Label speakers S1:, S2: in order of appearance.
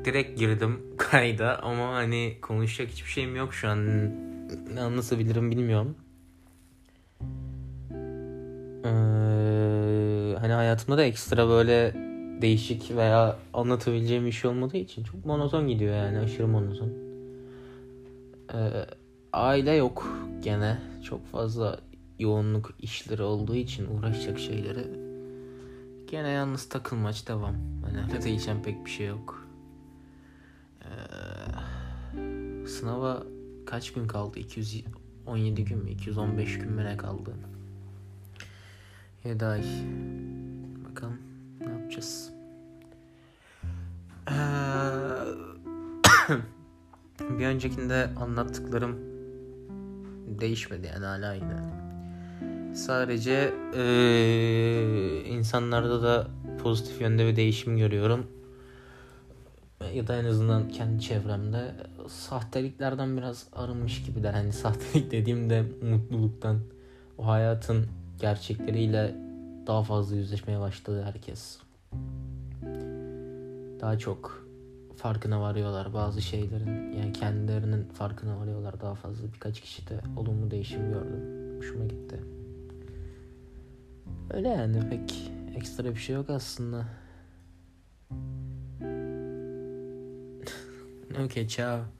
S1: direkt girdim kayda ama hani konuşacak hiçbir şeyim yok şu an. Ne anlatabilirim bilmiyorum. Hani hayatımda da ekstra böyle değişik veya anlatabileceğim bir şey olmadığı için çok monoton gidiyor yani, aşırı monoton. Aile yok gene, çok fazla yoğunluk işleri olduğu için uğraşacak şeyleri. Gene yalnız takılmaç devam. Hani öyle değişen pek bir şey yok. Sınava kaç gün kaldı? 217 gün mü? 215 gün mü ne kaldı? 7 ay. Bakalım ne yapacağız? Bir öncekinde anlattıklarım değişmedi yani, hala aynı. Sadece insanlarda da pozitif yönde bir değişim görüyorum. Ya da en azından kendi çevremde sahteliklerden biraz arınmış gibiler. Hani sahtelik dediğimde mutluluktan, o hayatın gerçekleriyle daha fazla yüzleşmeye başladı herkes. Daha çok farkına varıyorlar bazı şeylerin. Yani kendilerinin farkına varıyorlar daha fazla. Birkaç kişi de olumlu değişim gördüm. Hoşuma gitti. Öyle yani, pek ekstra bir şey yok aslında. Okay, ciao.